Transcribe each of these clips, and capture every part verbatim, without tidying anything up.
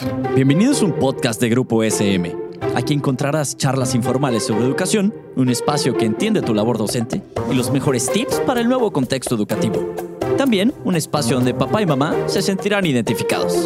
Bienvenidos a un podcast de Grupo S M. Aquí encontrarás charlas informales sobre educación, un espacio que entiende tu labor docente y los mejores tips para el nuevo contexto educativo. También un espacio donde papá y mamá se sentirán identificados.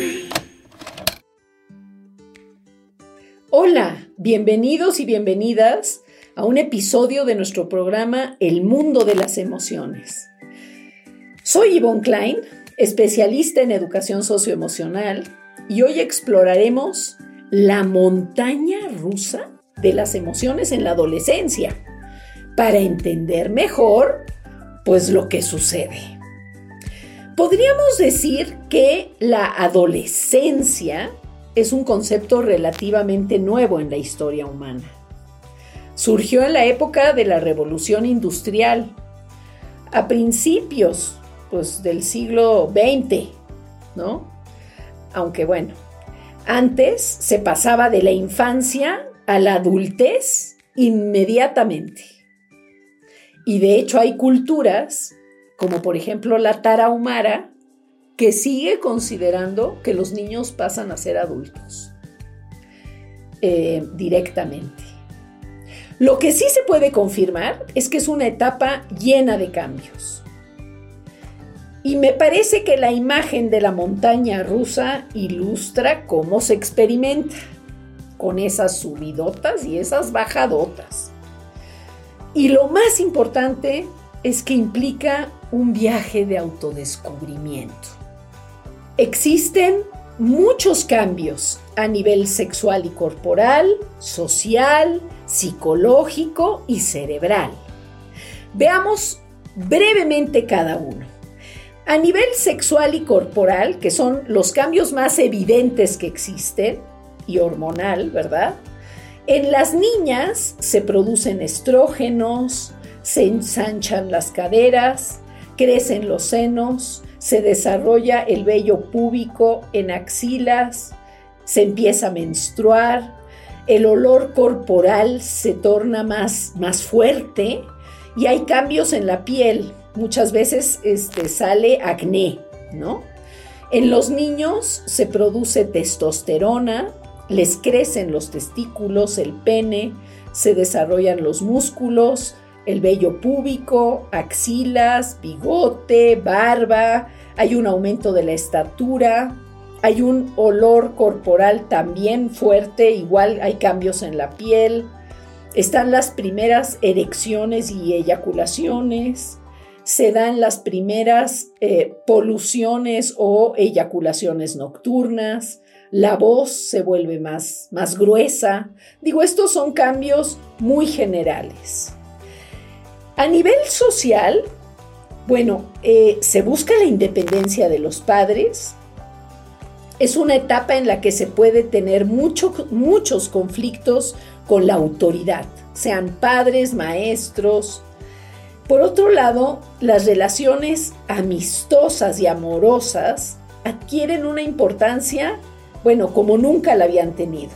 Hola, bienvenidos y bienvenidas a un episodio de nuestro programa El Mundo de las Emociones. Soy Yvonne Klein, especialista en educación socioemocional, y hoy exploraremos la montaña rusa de las emociones en la adolescencia para entender mejor, pues, lo que sucede. Podríamos decir que la adolescencia es un concepto relativamente nuevo en la historia humana. Surgió en la época de la Revolución Industrial, a principios pues, del siglo veinte, ¿no? Aunque bueno, antes se pasaba de la infancia a la adultez inmediatamente. Y de hecho hay culturas, como por ejemplo la tarahumara, que sigue considerando que los niños pasan a ser adultos eh, directamente. Lo que sí se puede confirmar es que es una etapa llena de cambios. Y me parece que la imagen de la montaña rusa ilustra cómo se experimenta, con esas subidotas y esas bajadotas. Y lo más importante es que implica un viaje de autodescubrimiento. Existen muchos cambios a nivel sexual y corporal, social, psicológico y cerebral. Veamos brevemente cada uno. A nivel sexual y corporal, que son los cambios más evidentes que existen, y hormonal, ¿verdad? En las niñas se producen estrógenos, se ensanchan las caderas, crecen los senos, se desarrolla el vello púbico en axilas, se empieza a menstruar, el olor corporal se torna más, más fuerte y hay cambios en la piel. Muchas veces este, sale acné, ¿no? En los niños se produce testosterona, les crecen los testículos, el pene, se desarrollan los músculos, el vello púbico, axilas, bigote, barba, hay un aumento de la estatura, hay un olor corporal también fuerte, igual hay cambios en la piel, están las primeras erecciones y eyaculaciones, se dan las primeras eh, poluciones o eyaculaciones nocturnas, la voz se vuelve más, más gruesa. Digo, estos son cambios muy generales. A nivel social, bueno, eh, se busca la independencia de los padres. Es una etapa en la que se puede tener mucho, muchos conflictos con la autoridad, sean padres, maestros. Por otro lado, las relaciones amistosas y amorosas adquieren una importancia, bueno, como nunca la habían tenido.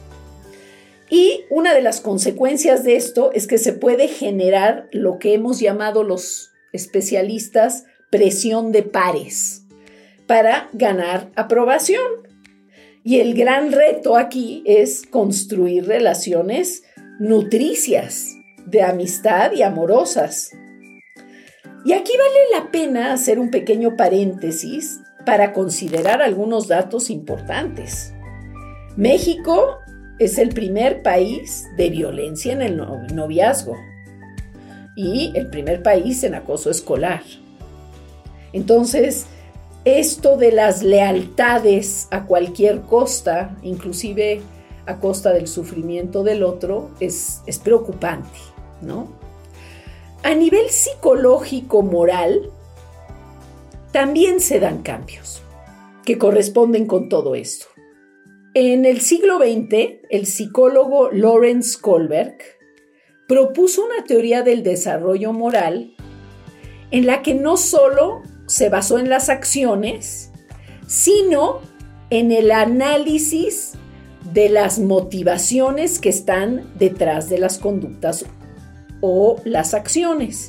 Y una de las consecuencias de esto es que se puede generar lo que hemos llamado los especialistas presión de pares para ganar aprobación. Y el gran reto aquí es construir relaciones nutricias, de amistad y amorosas. Y aquí vale la pena hacer un pequeño paréntesis para considerar algunos datos importantes. México es el primer país de violencia en el noviazgo y el primer país en acoso escolar. Entonces, esto de las lealtades a cualquier costa, inclusive a costa del sufrimiento del otro, es, es preocupante, ¿no? A nivel psicológico, moral, también se dan cambios que corresponden con todo esto. En el siglo veinte, el psicólogo Lawrence Kohlberg propuso una teoría del desarrollo moral en la que no solo se basó en las acciones, sino en el análisis de las motivaciones que están detrás de las conductas o las acciones.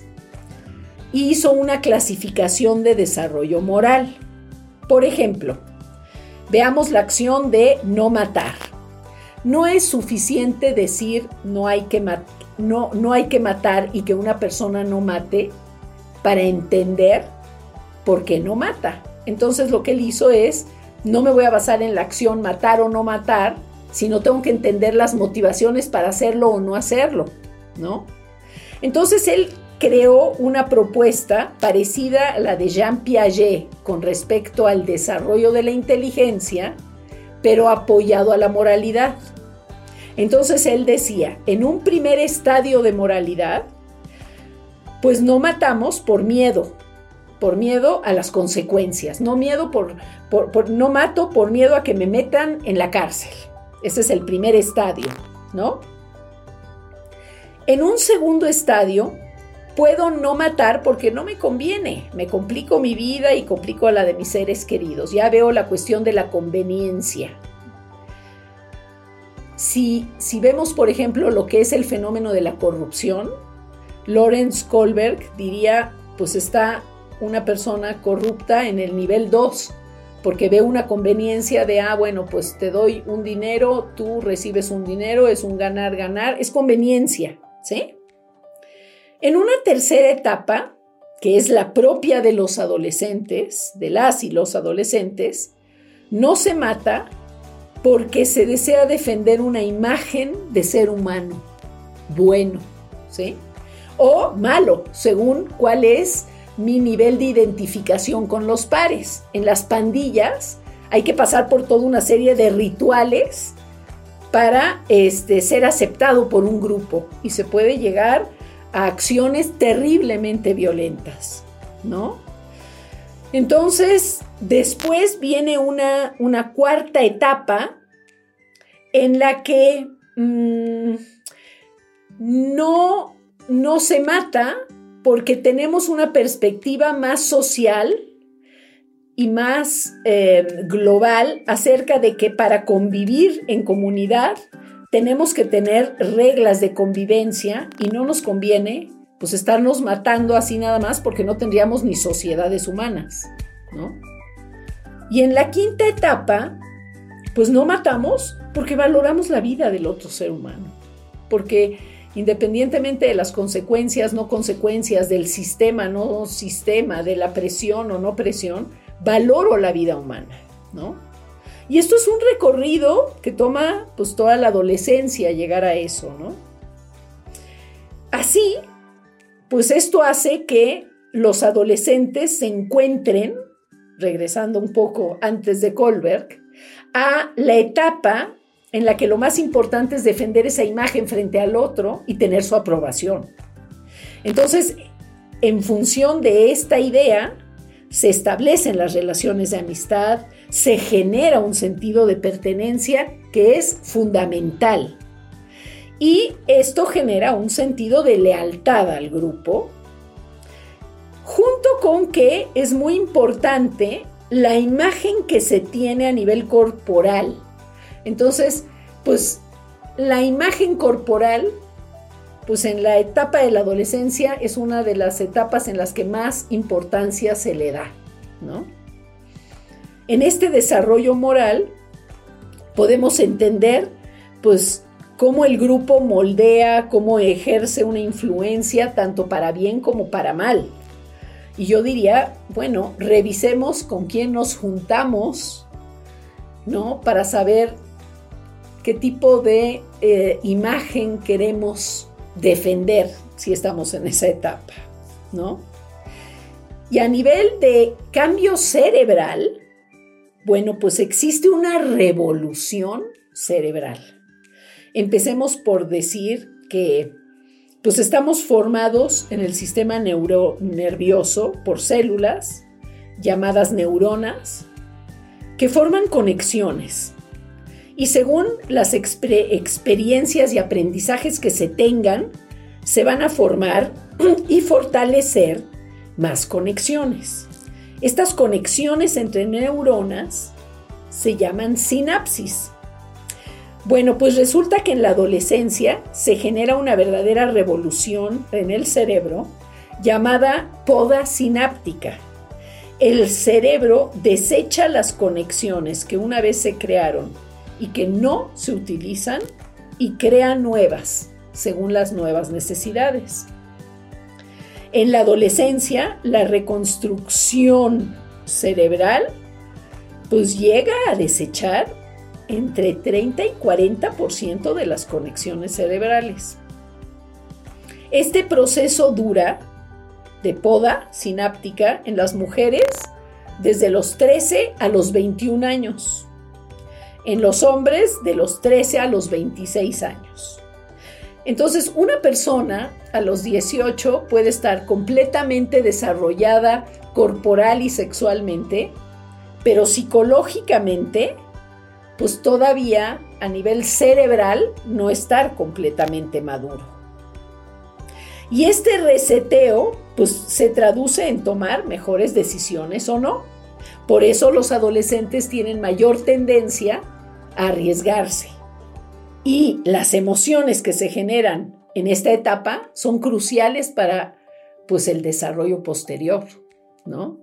Hizo una clasificación de desarrollo moral. Por ejemplo, Veamos la acción de no matar. No es suficiente decir no hay que, mat- no, no hay que matar y que una persona no mate para entender por qué no mata. Entonces lo que él hizo es, no me voy a basar en la acción matar o no matar, sino tengo que entender las motivaciones para hacerlo o no hacerlo, ¿no? Entonces él creó una propuesta parecida a la de Jean Piaget con respecto al desarrollo de la inteligencia, pero apoyado a la moralidad. Entonces él decía, en un primer estadio de moralidad, pues no matamos por miedo, por miedo a las consecuencias, no miedo por, por, por, no mato por miedo a que me metan en la cárcel. Ese es el primer estadio, ¿no? En un segundo estadio, puedo no matar porque no me conviene, me complico mi vida y complico a la de mis seres queridos. Ya veo la cuestión de la conveniencia. Si, si vemos, por ejemplo, lo que es el fenómeno de la corrupción, Lawrence Kohlberg diría, pues está una persona corrupta en el nivel dos, porque ve una conveniencia de, ah, bueno, pues te doy un dinero, tú recibes un dinero, es un ganar-ganar, es conveniencia, ¿sí? En una tercera etapa, que es la propia de los adolescentes, de las y los adolescentes, no se mata porque se desea defender una imagen de ser humano bueno, ¿sí? O malo, según cuál es mi nivel de identificación con los pares. En las pandillas hay que pasar por toda una serie de rituales para este, ser aceptado por un grupo y se puede llegar a acciones terriblemente violentas, ¿no? Entonces, después viene una, una cuarta etapa en la que mmm, no, no se mata porque tenemos una perspectiva más social y más eh, global acerca de que para convivir en comunidad tenemos que tener reglas de convivencia y no nos conviene pues estarnos matando así nada más porque no tendríamos ni sociedades humanas, ¿no? Y en la quinta etapa, pues no matamos porque valoramos la vida del otro ser humano, porque independientemente de las consecuencias, no consecuencias, del sistema, no sistema, de la presión o no presión, valoro la vida humana, ¿no? Y esto es un recorrido que toma pues toda la adolescencia llegar a eso, ¿no? Así, pues esto hace que los adolescentes se encuentren, regresando un poco antes de Kohlberg, a la etapa en la que lo más importante es defender esa imagen frente al otro y tener su aprobación. Entonces, en función de esta idea, se establecen las relaciones de amistad, se genera un sentido de pertenencia que es fundamental. Y esto genera un sentido de lealtad al grupo, junto con que es muy importante la imagen que se tiene a nivel corporal. Entonces, pues la imagen corporal, pues en la etapa de la adolescencia es una de las etapas en las que más importancia se le da, ¿no? En este desarrollo moral podemos entender, pues, cómo el grupo moldea, cómo ejerce una influencia tanto para bien como para mal. Y yo diría, bueno, revisemos con quién nos juntamos, ¿no? Para saber qué tipo de eh, imagen queremos defender si estamos en esa etapa, ¿no? Y a nivel de cambio cerebral, bueno, pues existe una revolución cerebral. Empecemos por decir que pues estamos formados en el sistema neuro- nervioso por células llamadas neuronas que forman conexiones. Y según las exper- experiencias y aprendizajes que se tengan, se van a formar y fortalecer más conexiones. Estas conexiones entre neuronas se llaman sinapsis. Bueno, pues resulta que en la adolescencia se genera una verdadera revolución en el cerebro llamada poda sináptica. el cerebro desecha las conexiones que una vez se crearon y que no se utilizan y crea nuevas según las nuevas necesidades. En la adolescencia, la reconstrucción cerebral pues llega a desechar entre treinta y cuarenta por ciento de las conexiones cerebrales. Este proceso dura de poda sináptica en las mujeres desde los trece a los veintiún años. En los hombres de los trece a los veintiséis años. Entonces, una persona a los dieciocho puede estar completamente desarrollada corporal y sexualmente, pero psicológicamente, pues todavía a nivel cerebral no estar completamente maduro. Y este reseteo, pues se traduce en tomar mejores decisiones o no. Por eso los adolescentes tienen mayor tendencia a arriesgarse. Y las emociones que se generan en esta etapa son cruciales para, pues, el desarrollo posterior, ¿no?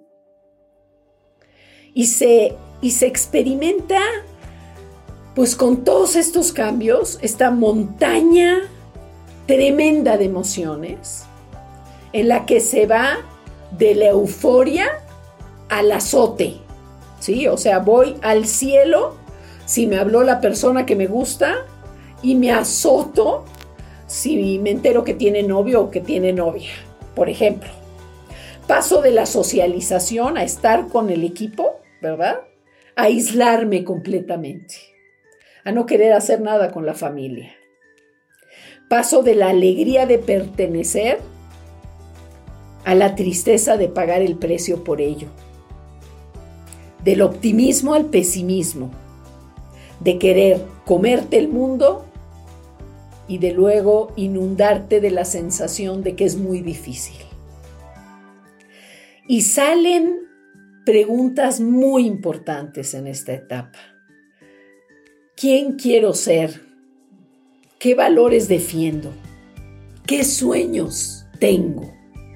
Y se, y se experimenta, pues, con todos estos cambios, esta montaña tremenda de emociones en la que se va de la euforia al azote, ¿sí? O sea, voy al cielo si me habló la persona que me gusta y me azoto si me entero que tiene novio o que tiene novia, por ejemplo. Paso de la socialización a estar con el equipo, ¿verdad? A aislarme completamente, a no querer hacer nada con la familia. Paso de la alegría de pertenecer a la tristeza de pagar el precio por ello. Del optimismo al pesimismo. De querer comerte el mundo y de luego inundarte de la sensación de que es muy difícil. Y salen preguntas muy importantes en esta etapa. ¿Quién quiero ser? ¿Qué valores defiendo? ¿Qué sueños tengo?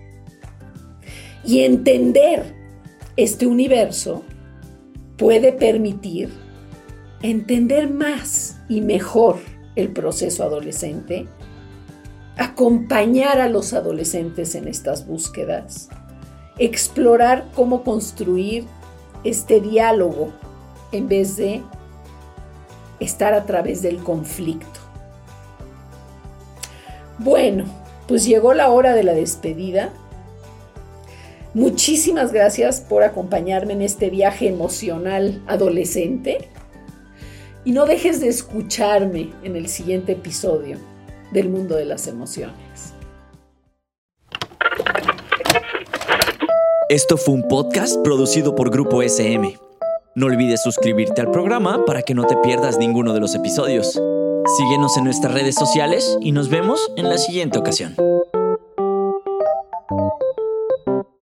Y entender este universo puede permitir entender más y mejor el proceso adolescente, acompañar a los adolescentes en estas búsquedas, explorar cómo construir este diálogo en vez de estar a través del conflicto. Bueno, pues llegó la hora de la despedida. Muchísimas gracias por acompañarme en este viaje emocional adolescente. Y no dejes de escucharme en el siguiente episodio del Mundo de las Emociones. Esto fue un podcast producido por Grupo S M. No olvides suscribirte al programa para que no te pierdas ninguno de los episodios. Síguenos en nuestras redes sociales y nos vemos en la siguiente ocasión.